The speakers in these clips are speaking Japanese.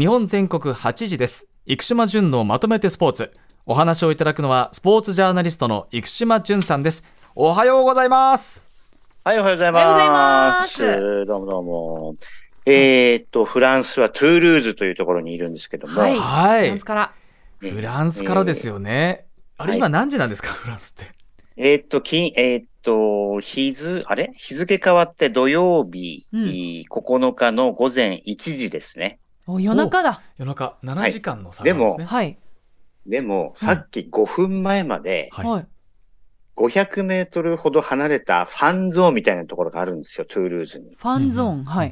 日本全国8時です。生島淳のまとめてスポーツ。お話をいただくのはスポーツジャーナリストの生島淳さんです。おはようございます。 はい、おはようございます。どうもどうも。フランスはトゥールーズというところにいるんですけども。 はい。 フランスから。 フランスからですよね。あれ、今何時なんですか、フランスって。 日付変わって土曜日、9日の午前1時ですね。 夜中だ。 夜中7時間の差なんですね。 でも、さっき5分前まで、500メートルほど離れたファンゾーンみたいなところがあるんですよ、トゥールーズに。 ファンゾーン、はい。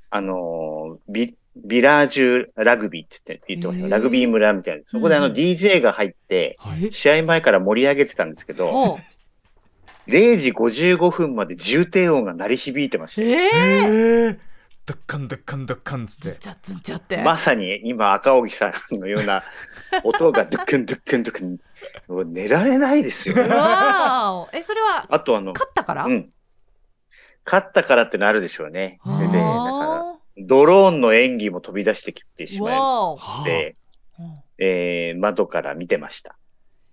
ビラージュラグビーって言ってました。ラグビー村みたいな。そこでDJ が入って、試合前から盛り上げてたんですけど、0時55分まで重低音が鳴り響いてました。 ドッカンドッカンドッカンつって。 まさに今赤荻さんのような音がドッカンドッカンドッカン。もう寝られないですよ。 それは勝ったから？ 勝ったからってのあるでしょうね。で、だからドローンの演技も飛び出してきてしまって、窓から見てました。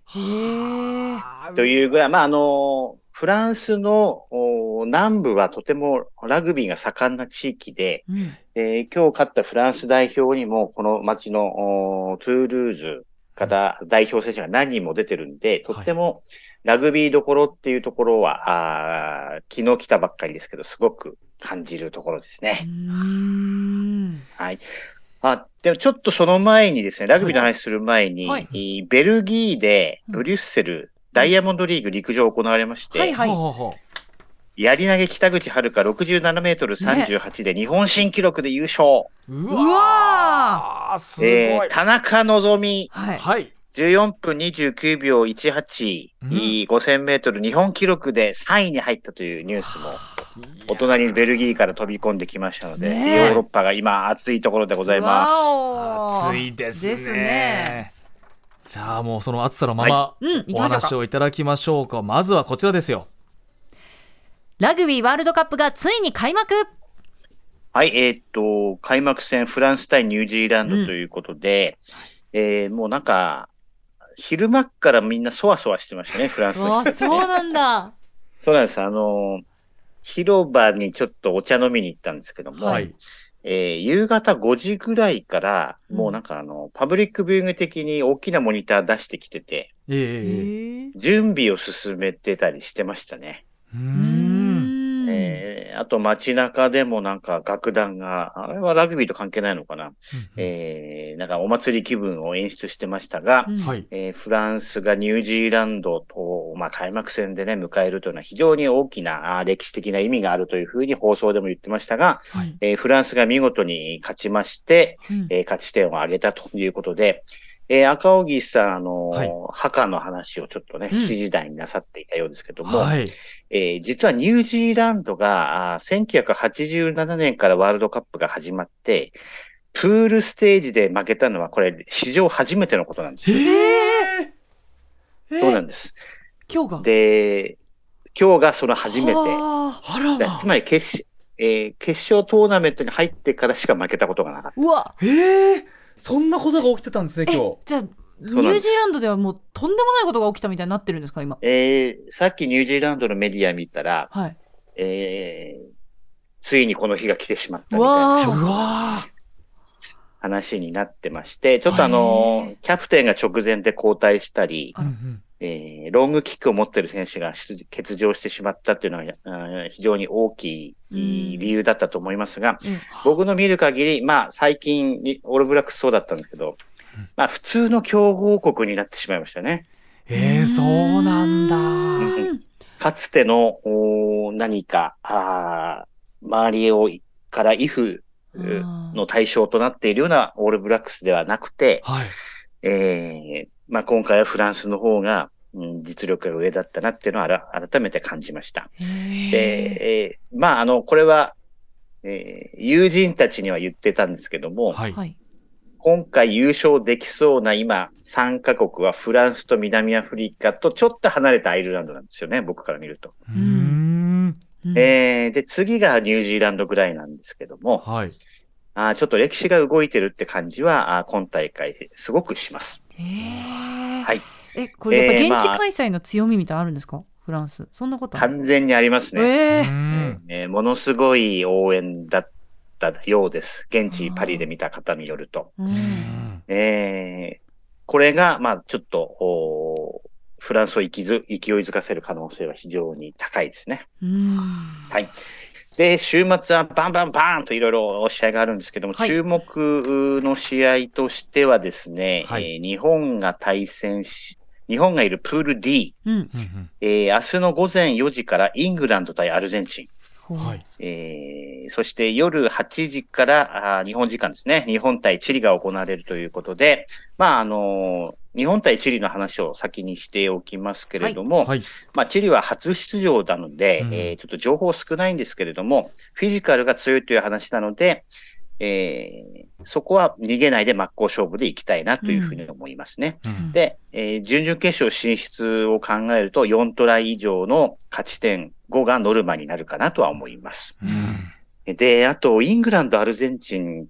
というぐらい、フランスの南部はとてもラグビーが盛んな地域で、今日勝ったフランス代表にもこの町のトゥールーズから代表選手が何人も出てるんで、とってもラグビーどころっていうところは、昨日来たばっかりですけど、すごく感じるところですね。はい。でもちょっとその前にですね、ラグビーの話する前に、ベルギーでブリュッセル、ダイヤモンドリーグ陸上行われまして、やり投げ北口榛花67メートル38で日本新記録で優勝。 うわー、すごい。 田中希実、14分29秒18、5000メートル日本記録で3位に入ったというニュースも、お隣にベルギーから飛び込んできましたので、ヨーロッパが今暑いところでございます。 暑いですね。じゃあもうその暑さのままお話をいただきましょうか。まずはこちらですよ。 ラグビーワールドカップがついに開幕。 はい、開幕戦フランス対ニュージーランドということで、もうなんか昼間からみんなそわそわしてましたね、フランスの人。 そうなんだ。 そうなんです。広場にちょっとお茶飲みに行ったんですけども、夕方5時ぐらいから、もうなんかパブリックビューイング的に大きなモニター出してきてて、準備を進めてたりしてましたね。あと街中でもなんか楽団が、あれはラグビーと関係ないのかな、なんかお祭り気分を演出してましたが、フランスがニュージーランドと、開幕戦でね、迎えるというのは非常に大きな歴史的な意味があるというふうに放送でも言ってましたが、フランスが見事に勝ちまして、勝ち点を挙げたということで、赤荻さん、ハカの話をちょっとね、7時台になさっていたようですけども、実はニュージーランドが1987年からワールドカップが始まって、プールステージで負けたのはこれ史上初めてのことなんですよ。そうなんです。 今日がその初めて。つまり決勝トーナメントに入ってからしか負けたことがなかった。 そんなことが起きてたんですね、今日。 じゃあ、ニュージーランドではもうとんでもないことが起きたみたいになってるんですか、今。 さっきニュージーランドのメディア見たら、ついにこの日が来てしまったみたいな話になってまして、ちょっとキャプテンが直前で交代したり、ロングキックを持っている選手が欠場してしまったっていうのは、非常に大きい理由だったと思いますが、僕の見る限り、最近、オールブラックスそうだったんですけど、普通の強豪国になってしまいましたね。 そうなんだ。 かつての何か、周りからイフの対象となっているようなオールブラックスではなくて、今回はフランスの方が、実力が上だったなっていうのは改めて感じました。これは、友人たちには言ってたんですけども、今回優勝できそうな今3カ国はフランスと南アフリカとちょっと離れたアイルランドなんですよね、僕から見ると。で、次がニュージーランドぐらいなんですけども、 ちょっと歴史が動いてるって感じは、今大会ですごくします。はい。 これやっぱ現地開催の強みみたいなのあるんですか、フランス。そんなこと完全にありますね。ものすごい応援だったようです。現地パリで見た方によると。これが、ちょっと、フランスを勢いづかせる可能性は非常に高いですね。はい。で、週末はバンバンバーンといろいろ試合があるんですけども、注目の試合としてはですね、日本がいるプール D、明日の午前4時からイングランド対アルゼンチン。そして夜8時から日本時間ですね、日本対チリが行われるということで、日本対チリの話を先にしておきますけれども、チリは初出場なので、ちょっと情報少ないんですけれども、フィジカルが強いという話なので、そこは逃げないで真っ向勝負でいきたいなというふうに思いますね。で、準々決勝進出を考えると4トライ以上の勝ち点5がノルマになるかなとは思います。で、あとイングランド、アルゼンチンって、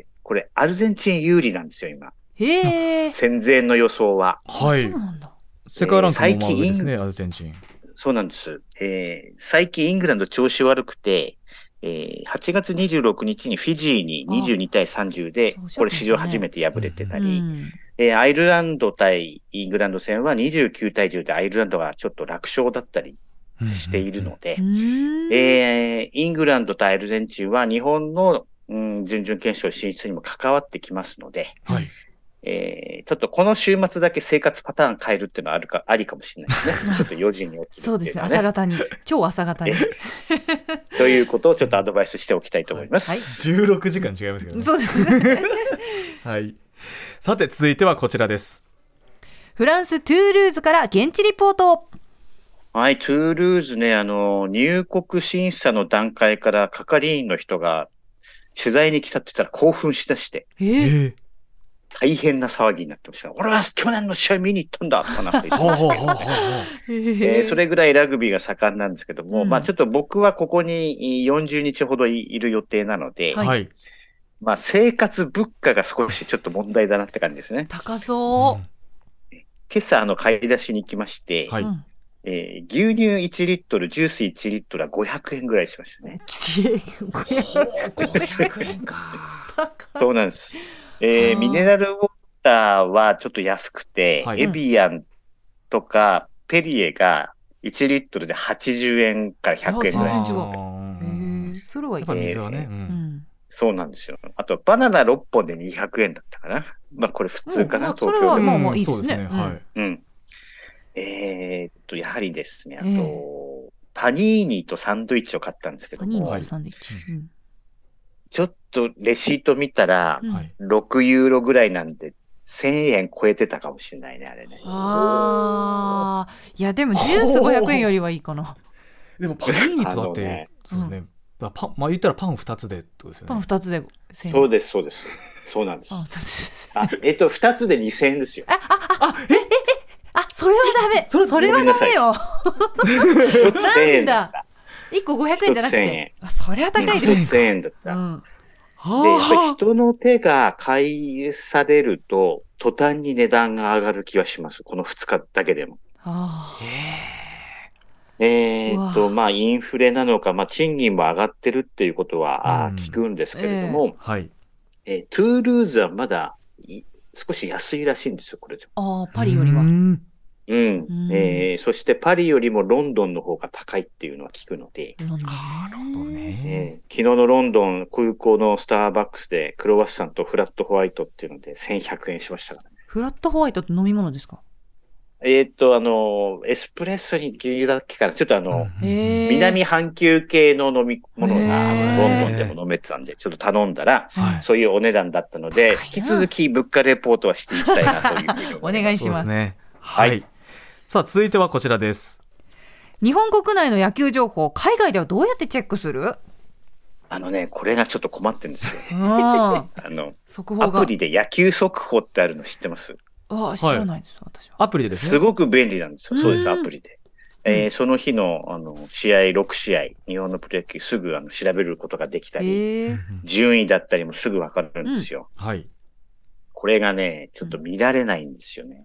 これアルゼンチン有利なんですよ、今。戦前の予想は。 世界ランクも上ですね、アルゼンチン。 そうなんです。最近イングランド調子悪くて、8月26日にフィジーに22対30で、これ史上初めて敗れてたり、アイルランド対イングランド戦は29対10でアイルランドがちょっと楽勝だったりしているので、イングランド対アルゼンチンは日本の、準々決勝進出にも関わってきますので、ちょっとこの週末だけ生活パターン変えるっていうのはありかもしれないですね。ちょっと4時に起きるっていうのはね。 そうですね、朝方に、超朝方に。 ということをちょっとアドバイスしておきたいと思います。 16時間違いますけどね。 そうですね。 はい。さて続いてはこちらです。 フランス・トゥールーズから現地リポート。 はい、トゥールーズね、入国審査の段階から係員の人が取材に来たって言ったら興奮しだして。大変な騒ぎになってました。俺は去年の試合見に行ったんだとかなんか言ってそれぐらいラグビーが盛んなんですけども、ちょっと僕はここに40日ほどいる予定なので、生活物価が少しちょっと問題だなって感じですね。 高そう。 今朝買い出しに行きまして、牛乳1リットル、ジュース1リットルは500円ぐらいしましたね。 500円か。 そうなんです。ミネラルウォーターはちょっと安くて、エビアンとかペリエが1リットルで80円から100円ぐらい。 それはいい。 水はね。 そうなんですよ。あとバナナ6本で200円だったかな。これ普通かな、東京で。 それはもういいですね。 やはりですね、あと、パニーニとサンドイッチを買ったんですけども、ちょっとレシート見たら、6ユーロぐらいなんで、1000円超えてたかもしれないね、あれね。 いや、でもジュース500円よりはいいかな。 でもパニーニとだって、そうですね。言ったらパン2つでってことですよね。 パン2つで1000円。 そうです、そうです。そうなんです。2つで2000円ですよ。 それはダメ。それはダメよ。なんだ。1個500円じゃなくて。それは高いです。 1000円だった。で、人の手が買いされると、途端に値段が上がる気がします。この2日だけでも。インフレなのか、賃金も上がってるっていうことは聞くんですけれども、トゥールーズはまだ少し安いらしいんですよ、これで。 パリよりは。 そしてパリよりもロンドンの方が高いっていうのは聞くので、 ロンドンね。 昨日のロンドン空港のスターバックスでクロワッサンとフラットホワイトっていうので1100円しましたからね。 フラットホワイトって飲み物ですか？ エスプレッソに牛乳だっけかな。ちょっと南半球系の飲み物がロンドンでも飲めてたんで、ちょっと頼んだら、そういうお値段だったので、引き続き物価レポートはしていきたいなというふうに思います。 お願いします。 はい。さあ、続いてはこちらです。 日本国内の野球情報、海外ではどうやってチェックする？ これがちょっと困ってるんですよ。アプリで野球速報ってあるの知ってます？ 知らないです、私は。 アプリでですね。 すごく便利なんですよ。そうです、アプリで。 その日の、試合6試合、日本のプロ野球すぐ調べることができたり、順位だったりもすぐわかるんですよ。 はい。 これがね、ちょっと見られないんですよね。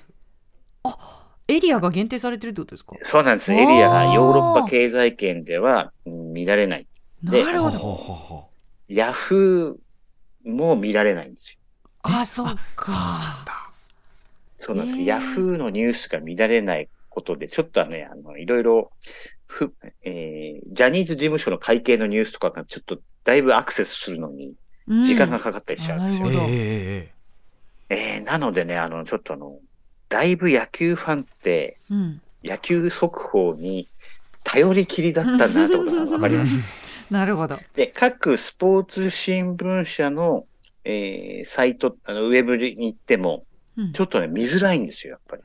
エリアが限定されてるってことですか？ そうなんです。エリアがヨーロッパ経済圏では見られない。 なるほど。 ヤフーも見られないんですよ。 そうか。 そうなんだ。 そうなんです。ヤフーのニュースが見られないことで、ちょっとね、いろいろ、ジャニーズ事務所の会計のニュースとかがちょっとだいぶアクセスするのに時間がかかったりしちゃうんですよ。なのでね、ちょっとだいぶ野球ファンって、野球速報に頼りきりだったんだなってことがわかります。 なるほど。 で、各スポーツ新聞社の、サイト、ウェブに行っても、ちょっとね、見づらいんですよ、やっぱり。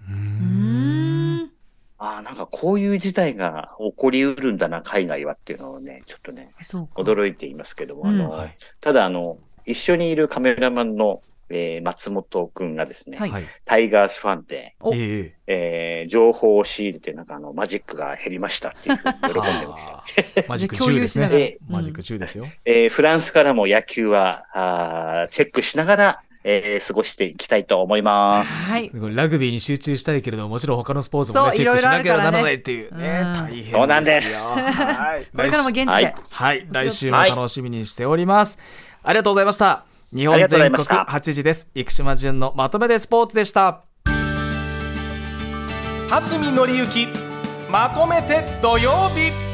なんかこういう事態が起こりうるんだな、海外はっていうのをね、ちょっとね、驚いていますけども、ただ一緒にいるカメラマンの、松本くんがですね、タイガースファンで、情報を仕入れて、なんかマジックが減りましたっていうふうに喜んでました。 マジック10ですね。マジック10ですよ。 フランスからも野球はチェックしながら、過ごしていきたいと思います。 はい。 ラグビーに集中したいけれども、もちろん他のスポーツもね、チェックしなきゃならないっていうね、大変ですよ。 そうなんです。 これからも現地で。 はい。来週も楽しみにしております。ありがとうございました。日本全国8時です。生島淳のまとめてスポーツでした。 蓮見紀之まとめて土曜日。